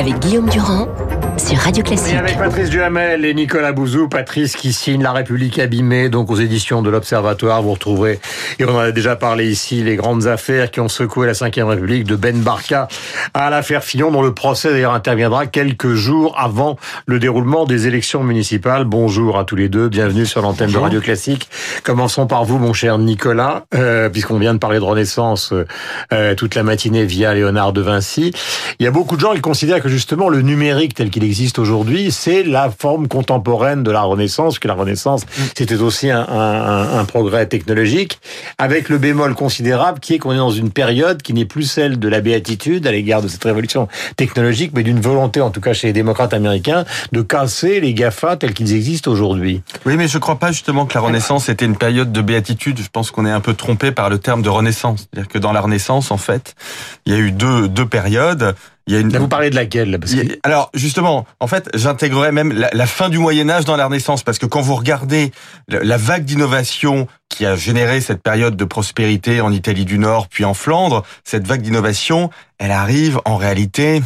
avec Guillaume Durand sur Radio Classique. Et avec Patrice Duhamel et Nicolas Bouzou. Patrice qui signe La République abîmée, donc aux éditions de l'Observatoire. Vous retrouverez, et on en a déjà parlé ici, les grandes affaires qui ont secoué la Ve République, de Ben Barka à l'affaire Fillon, dont le procès d'ailleurs interviendra quelques jours avant le déroulement des élections municipales. Bonjour à tous les deux, bienvenue sur l'antenne de Radio Classique. Commençons par vous, mon cher Nicolas, puisqu'on vient de parler de Renaissance toute la matinée via Léonard de Vinci. Il y a beaucoup de gens qui considèrent que justement le numérique tel qu'il existe aujourd'hui, c'est la forme contemporaine de la Renaissance, que la Renaissance, c'était aussi un progrès technologique, avec le bémol considérable qui est qu'on est dans une période qui n'est plus celle de la béatitude à l'égard de cette révolution technologique, mais d'une volonté, en tout cas chez les démocrates américains, de casser les GAFA tels qu'ils existent aujourd'hui. Oui, mais je ne crois pas justement que la Renaissance était une période de béatitude. Je pense qu'on est un peu trompé par le terme de Renaissance. C'est-à-dire que dans la Renaissance, en fait, il y a eu deux périodes. Vous parlez de laquelle? Alors, justement, en fait, j'intégrerais même la fin du Moyen-Âge dans la Renaissance, parce que quand vous regardez la vague d'innovation qui a généré cette période de prospérité en Italie du Nord, puis en Flandre, cette vague d'innovation, elle arrive en réalité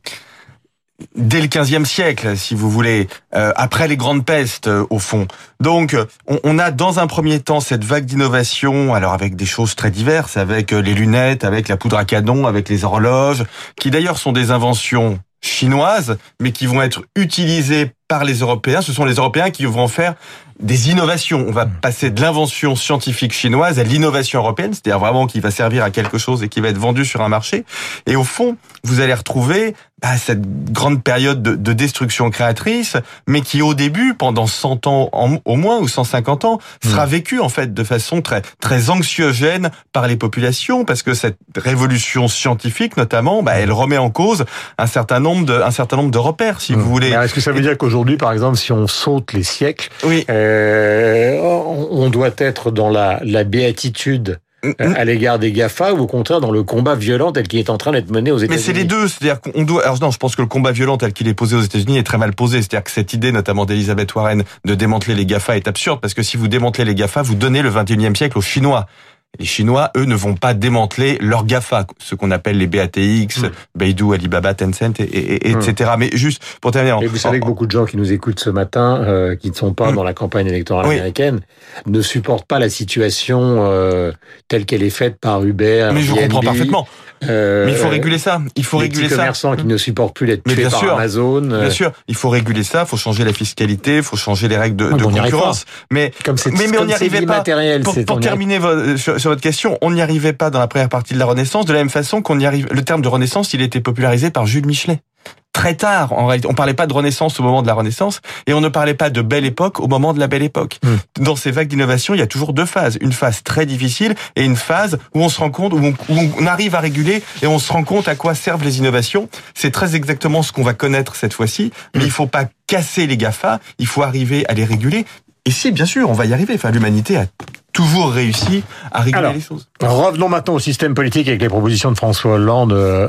dès le XVe siècle, si vous voulez, après les grandes pestes, au fond. Donc, on a dans un premier temps cette vague d'innovation, alors avec des choses très diverses, avec les lunettes, avec la poudre à canon, avec les horloges, qui d'ailleurs sont des inventions chinoises, mais qui vont être utilisées par les Européens. Ce sont les Européens qui vont faire des innovations. On va passer de l'invention scientifique chinoise à l'innovation européenne, c'est-à-dire vraiment qui va servir à quelque chose et qui va être vendu sur un marché. Et au fond, vous allez retrouver cette grande période de destruction créatrice, mais qui au début, pendant 100 ans au moins, ou 150 ans, sera vécue en fait de façon très, très anxiogène par les populations, parce que cette révolution scientifique, notamment, elle remet en cause un certain nombre de repères, si vous voulez. Est-ce que ça veut dire qu'aujourd'hui, par exemple, si on saute les siècles, oui, on doit être dans la béatitude à l'égard des GAFA, ou au contraire dans le combat violent tel qu'il est en train d'être mené aux États-Unis? Mais c'est les deux, c'est-à-dire qu'on doit... Alors non, je pense que le combat violent tel qu'il est posé aux États-Unis est très mal posé, c'est-à-dire que cette idée, notamment d'Elizabeth Warren, de démanteler les GAFA est absurde, parce que si vous démantelez les GAFA, vous donnez le 21e siècle aux Chinois. Les Chinois, eux, ne vont pas démanteler leurs GAFA, ce qu'on appelle les BATX, Baidu, Alibaba, Tencent, etc. Mais juste pour terminer... Et vous savez que beaucoup de gens qui nous écoutent ce matin, qui ne sont pas dans la campagne électorale américaine, ne supportent pas la situation telle qu'elle est faite par Uber, mais je Airbnb, comprends parfaitement. Mais il faut réguler ça. Il faut réguler ça. Les commerçants qui ne supportent plus d'être tués par Amazon. Bien sûr, il faut réguler ça. Il faut changer la fiscalité. Il faut changer les règles de concurrence. Mais on n'y arrivait pas. Pour terminer sur votre question, on n'y arrivait pas dans la première partie de la Renaissance. De la même façon qu'on y arrive. Le terme de Renaissance, il a été popularisé par Jules Michelet. Très tard, en réalité. On parlait pas de Renaissance au moment de la Renaissance, et on ne parlait pas de Belle Époque au moment de la Belle Époque. Dans ces vagues d'innovation, il y a toujours deux phases. Une phase très difficile, et une phase où on se rend compte, où on arrive à réguler, et on se rend compte à quoi servent les innovations. C'est très exactement ce qu'on va connaître cette fois-ci, mais il faut pas casser les GAFA, il faut arriver à les réguler. Et si, bien sûr, on va y arriver. Enfin, l'humanité a toujours réussi à réguler les choses. Revenons maintenant au système politique avec les propositions de François Hollande,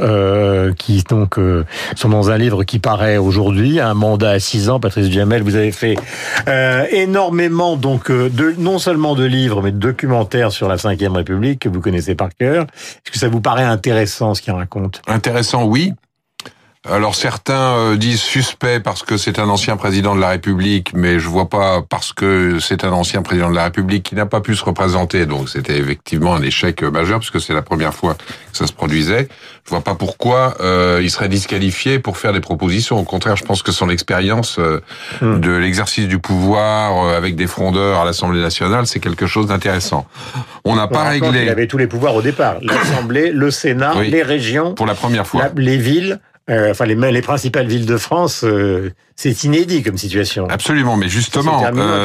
qui donc sont dans un livre qui paraît aujourd'hui, un mandat à 6 ans. Patrice Duhamel, vous avez fait énormément donc non seulement de livres, mais de documentaires sur la Ve République que vous connaissez par cœur. Est-ce que ça vous paraît intéressant ce qu'il raconte? Intéressant, oui. Alors certains disent suspect parce que c'est un ancien président de la République, mais je vois pas parce que c'est un ancien président de la République qui n'a pas pu se représenter, donc c'était effectivement un échec majeur parce que c'est la première fois que ça se produisait. Je vois pas pourquoi il serait disqualifié pour faire des propositions. Au contraire, je pense que son expérience de l'exercice du pouvoir avec des frondeurs à l'Assemblée nationale, c'est quelque chose d'intéressant. On n'a pas réglé. Il avait tous les pouvoirs au départ, l'Assemblée, le Sénat, les régions, pour la première fois, les villes. Les principales villes de France, c'est inédit comme situation. Absolument, mais justement,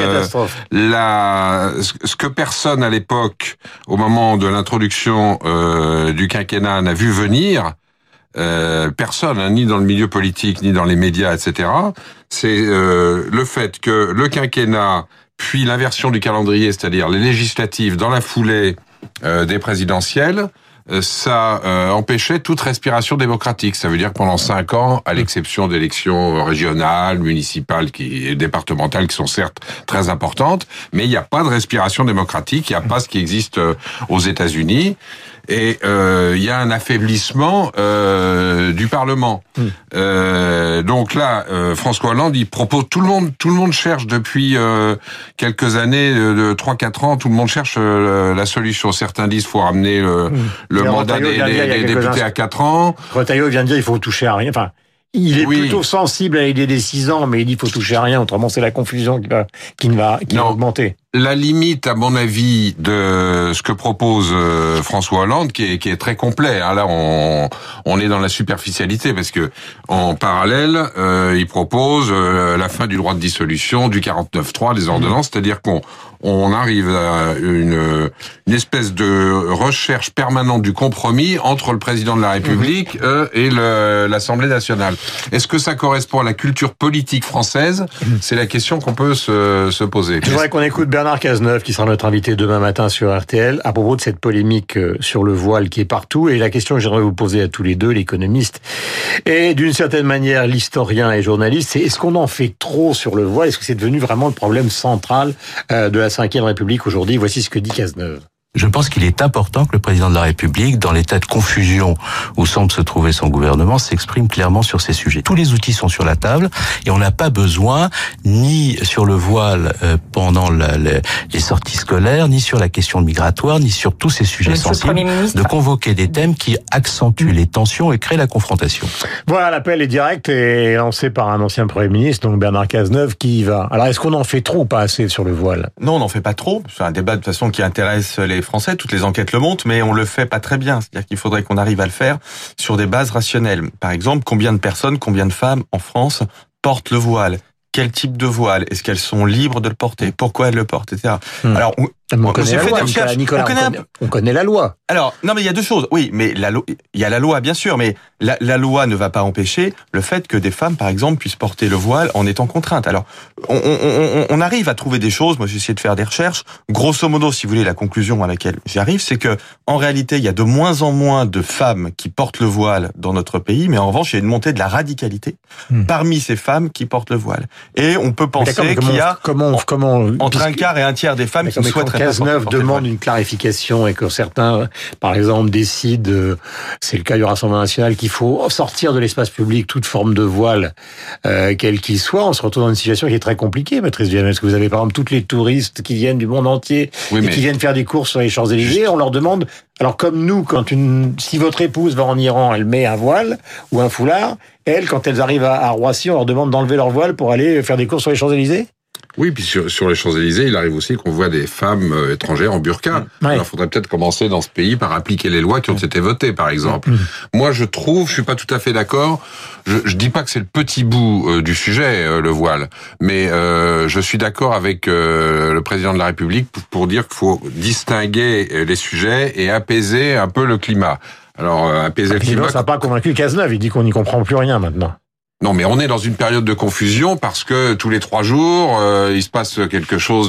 ce que personne à l'époque, au moment de l'introduction du quinquennat, n'a vu venir, personne, ni dans le milieu politique, ni dans les médias, etc., c'est le fait que le quinquennat, puis l'inversion du calendrier, c'est-à-dire les législatives dans la foulée des présidentielles, ça empêchait toute respiration démocratique. Ça veut dire que pendant 5 ans, à l'exception d'élections régionales, municipales et départementales qui sont certes très importantes, mais il n'y a pas de respiration démocratique, il n'y a pas ce qui existe aux États-Unis. Et il y a un affaiblissement du Parlement. Donc là, François Hollande, il propose, tout le monde cherche depuis quelques années, de 3-4 ans, tout le monde cherche la solution. Certains disent qu'il faut ramener le mandat des députés à 4 ans. Retailleau vient de dire qu'il faut toucher à rien. Enfin, il est plutôt sensible à l'idée des 6 ans, mais il dit qu'il faut toucher à rien, autrement c'est la confusion qui va augmenter. La limite, à mon avis, de ce que propose François Hollande, qui est très complet. Hein, là, on est dans la superficialité parce que en parallèle, il propose la fin du droit de dissolution, du 49.3, des ordonnances, c'est-à-dire qu'on arrive à une espèce de recherche permanente du compromis entre le président de la République et l'Assemblée nationale. Est-ce que ça correspond à la culture politique française ? C'est la question qu'on peut se poser. Je voudrais qu'on écoute Bernard Cazeneuve, qui sera notre invité demain matin sur RTL, à propos de cette polémique sur le voile qui est partout. Et la question que j'aimerais vous poser à tous les deux, l'économiste, et d'une certaine manière l'historien et journaliste, c'est est-ce qu'on en fait trop sur le voile ? Est-ce que c'est devenu vraiment le problème central de la Ve République aujourd'hui ? Voici ce que dit Cazeneuve. Je pense qu'il est important que le président de la République, dans l'état de confusion où semble se trouver son gouvernement, s'exprime clairement sur ces sujets. Tous les outils sont sur la table et on n'a pas besoin, ni sur le voile pendant les sorties scolaires, ni sur la question migratoire, ni sur tous ces sujets sensibles, de convoquer des thèmes qui accentuent les tensions et créent la confrontation. Voilà, l'appel est direct et lancé par un ancien Premier ministre, donc Bernard Cazeneuve, qui y va. Alors, est-ce qu'on en fait trop ou pas assez sur le voile ? Non, on n'en fait pas trop. C'est un débat de toute façon qui intéresse les Français, toutes les enquêtes le montrent, mais on le fait pas très bien. C'est-à-dire qu'il faudrait qu'on arrive à le faire sur des bases rationnelles. Par exemple, combien de personnes, combien de femmes en France portent le voile ? Quel type de voile ? Est-ce qu'elles sont libres de le porter ? Pourquoi elles le portent, etc. Alors, on connaît la loi, Nicolas, on connaît la loi. Alors, non, mais il y a deux choses. Oui, mais il y a la loi, bien sûr, mais la loi ne va pas empêcher le fait que des femmes, par exemple, puissent porter le voile en étant contraintes. Alors, on arrive à trouver des choses. Moi, j'ai essayé de faire des recherches. Grosso modo, si vous voulez, la conclusion à laquelle j'arrive, c'est que, en réalité, il y a de moins en moins de femmes qui portent le voile dans notre pays, mais en revanche, il y a une montée de la radicalité parmi ces femmes qui portent le voile. Et on peut penser qu'il y a entre un quart et un tiers des femmes qui souhaiteraient Cazeneuve demande une clarification et que certains, par exemple, décident, c'est le cas du Rassemblement national, qu'il faut sortir de l'espace public toute forme de voile, quel qu'il soit. On se retrouve dans une situation qui est très compliquée, Patrice Vianel, parce que vous avez par exemple toutes les touristes qui viennent du monde entier et qui viennent faire des courses sur les Champs-Élysées. On leur demande, alors comme nous, si votre épouse va en Iran, elle met un voile ou un foulard. Elles, quand elles arrivent à Roissy, on leur demande d'enlever leur voile pour aller faire des courses sur les Champs-Élysées. Oui, puis sur les Champs-Élysées, il arrive aussi qu'on voit des femmes étrangères en burqa. Ouais. Alors, il faudrait peut-être commencer dans ce pays par appliquer les lois qui ont été votées, par exemple. Moi, je suis pas tout à fait d'accord. Je dis pas que c'est le petit bout du sujet, le voile, mais je suis d'accord avec le président de la République pour dire qu'il faut distinguer les sujets et apaiser un peu le climat. Alors, apaiser le climat... Ça n'a pas convaincu Cazeneuve, il dit qu'on n'y comprend plus rien maintenant. Non, mais on est dans une période de confusion parce que tous les 3 jours, il se passe quelque chose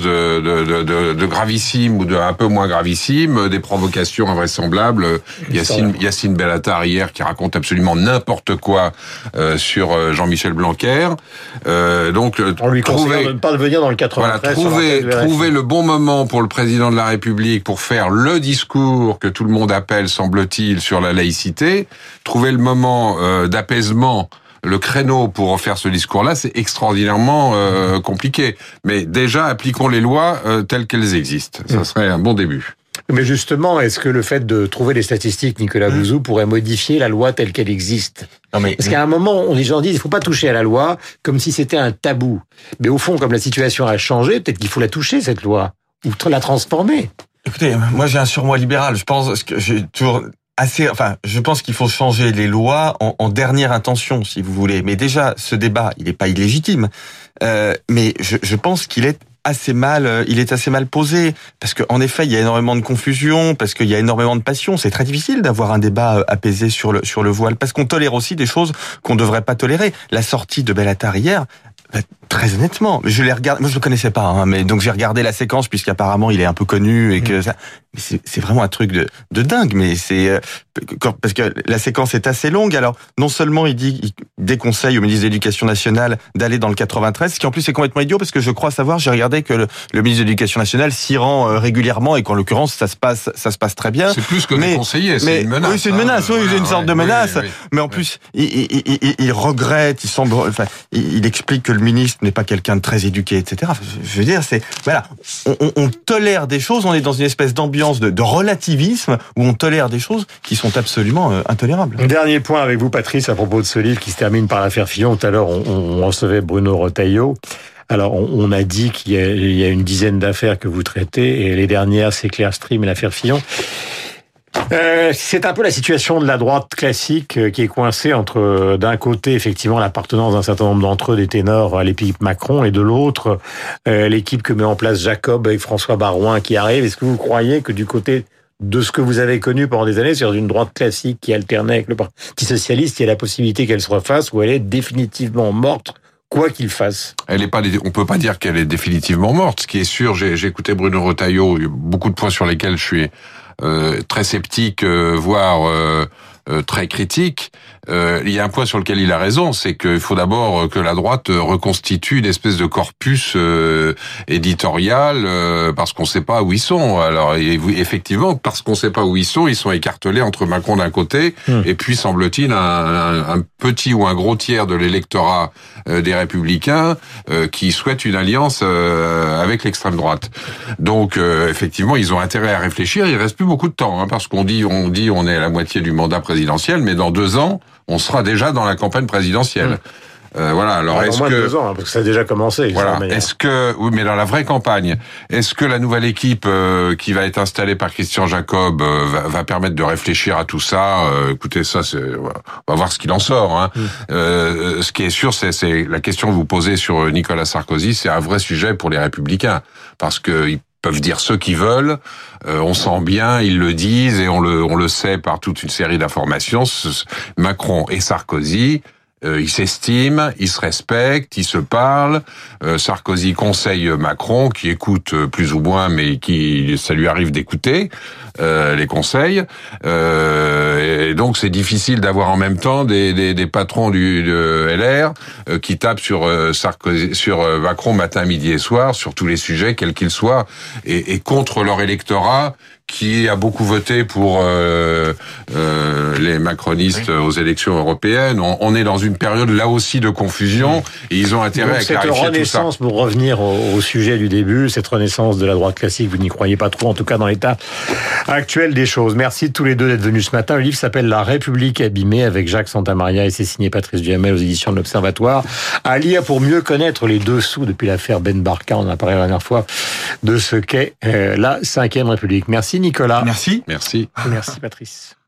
de gravissime ou de un peu moins gravissime, des provocations invraisemblables. Yacine Bellatar hier qui raconte absolument n'importe quoi sur Jean-Michel Blanquer. Donc on lui conseille de ne pas venir dans le 93. Voilà, trouver le bon moment pour le président de la République pour faire le discours que tout le monde appelle, semble-t-il, sur la laïcité. Trouver le moment d'apaisement. Le créneau pour faire ce discours-là, c'est extraordinairement compliqué. Mais déjà, appliquons les lois telles qu'elles existent. Ça serait un bon début. Mais justement, est-ce que le fait de trouver des statistiques, Nicolas Bouzou, pourrait modifier la loi telle qu'elle existe ? Parce qu'à un moment, les gens disent, il ne faut pas toucher à la loi, comme si c'était un tabou. Mais au fond, comme la situation a changé, peut-être qu'il faut la toucher, cette loi, ou la transformer. Écoutez, moi j'ai un surmoi libéral. Je pense que j'ai toujours... je pense qu'il faut changer les lois en dernière intention, si vous voulez. Mais déjà, ce débat, il n'est pas illégitime. Mais je pense qu'il est assez mal posé. Parce qu'en effet, il y a énormément de confusion, parce qu'il y a énormément de passion. C'est très difficile d'avoir un débat apaisé sur le voile. Parce qu'on tolère aussi des choses qu'on ne devrait pas tolérer. La sortie de Bellatar hier, Très honnêtement, je l'ai regardé. Moi, je le connaissais pas, hein, mais donc j'ai regardé la séquence puisqu'apparemment il est un peu connu et que ça. Mais c'est vraiment un truc de dingue. Mais c'est parce que la séquence est assez longue. Alors non seulement il déconseille au ministre de l'Éducation nationale d'aller dans le 93, ce qui en plus est complètement idiot parce que je crois savoir, j'ai regardé que le ministre de l'Éducation nationale s'y rend régulièrement et qu'en l'occurrence ça se passe très bien. C'est plus que déconseiller, c'est une menace. Oui, c'est une menace. Oui, c'est une sorte de menace. Oui. Mais en plus, il regrette, il semble, enfin, il explique que le ministre n'est pas quelqu'un de très éduqué, etc. Je veux dire, c'est voilà, on tolère des choses, on est dans une espèce d'ambiance de relativisme où on tolère des choses qui sont absolument intolérables. Un dernier point avec vous, Patrice, à propos de ce livre qui se termine par l'affaire Fillon. Tout à l'heure, on recevait Bruno Retailleau. Alors, on a dit qu'il y a une dizaine d'affaires que vous traitez, et les dernières, c'est Clearstream et l'affaire Fillon. C'est un peu la situation de la droite classique qui est coincée entre, d'un côté, effectivement, l'appartenance d'un certain nombre d'entre eux, des ténors, à l'équipe Macron, et de l'autre, l'équipe que met en place Jacob avec François Baroin qui arrive. Est-ce que vous croyez que du côté de ce que vous avez connu pendant des années, sur une droite classique qui alternait avec le Parti socialiste, il y a la possibilité qu'elle se refasse ou elle est définitivement morte, quoi qu'il fasse? Elle est pas, on peut pas dire qu'elle est définitivement morte. Ce qui est sûr, j'ai écouté Bruno Retailleau, il y a beaucoup de points sur lesquels je suis très sceptique, voire très critique. Il y a un point sur lequel il a raison, c'est qu'il faut d'abord que la droite reconstitue une espèce de corpus éditorial, parce qu'on ne sait pas où ils sont. Alors effectivement, parce qu'on ne sait pas où ils sont écartelés entre Macron d'un côté, et puis semble-t-il un petit ou un gros tiers de l'électorat des Républicains qui souhaite une alliance avec l'extrême droite. Donc effectivement, ils ont intérêt à réfléchir. Il reste plus beaucoup de temps, hein, parce qu'on dit on est à la moitié du mandat présidentiel, mais dans 2 ans, on sera déjà dans la campagne présidentielle. Voilà. Alors est-ce moins que de 2 ans, hein, parce que ça a déjà commencé. Voilà. Est-ce que oui, mais dans la vraie campagne, est-ce que la nouvelle équipe qui va être installée par Christian Jacob va permettre de réfléchir à tout ça? Écoutez, ça, on va voir ce qu'il en sort. Hein. Ce qui est sûr, c'est la question que vous posez sur Nicolas Sarkozy, c'est un vrai sujet pour les Républicains, parce que ils peuvent dire ce qu'ils veulent, on sent bien, ils le disent et on le sait par toute une série d'informations. Macron et Sarkozy, ils s'estiment, ils se respectent, ils se parlent. Sarkozy conseille Macron, qui écoute plus ou moins, mais ça lui arrive d'écouter les conseils. Et donc c'est difficile d'avoir en même temps des patrons de LR qui tapent sur Sarkozy, sur Macron matin, midi et soir sur tous les sujets, quels qu'ils soient, et contre leur électorat qui a beaucoup voté pour les macronistes aux élections européennes. On est dans une période là aussi de confusion et ils ont intérêt à clarifier tout ça. Cette renaissance, pour revenir au sujet du début, cette renaissance de la droite classique, vous n'y croyez pas trop, en tout cas dans l'état actuel des choses. Merci tous les deux d'être venus ce matin. Le livre s'appelle La République abîmée avec Jacques Santamaria et c'est signé Patrice Duhamel aux éditions de l'Observatoire. À lire pour mieux connaître les dessous depuis l'affaire Ben Barka, on en a parlé la dernière fois, de ce qu'est la 5e République. Merci Nicolas. Merci. Merci. Merci Patrice.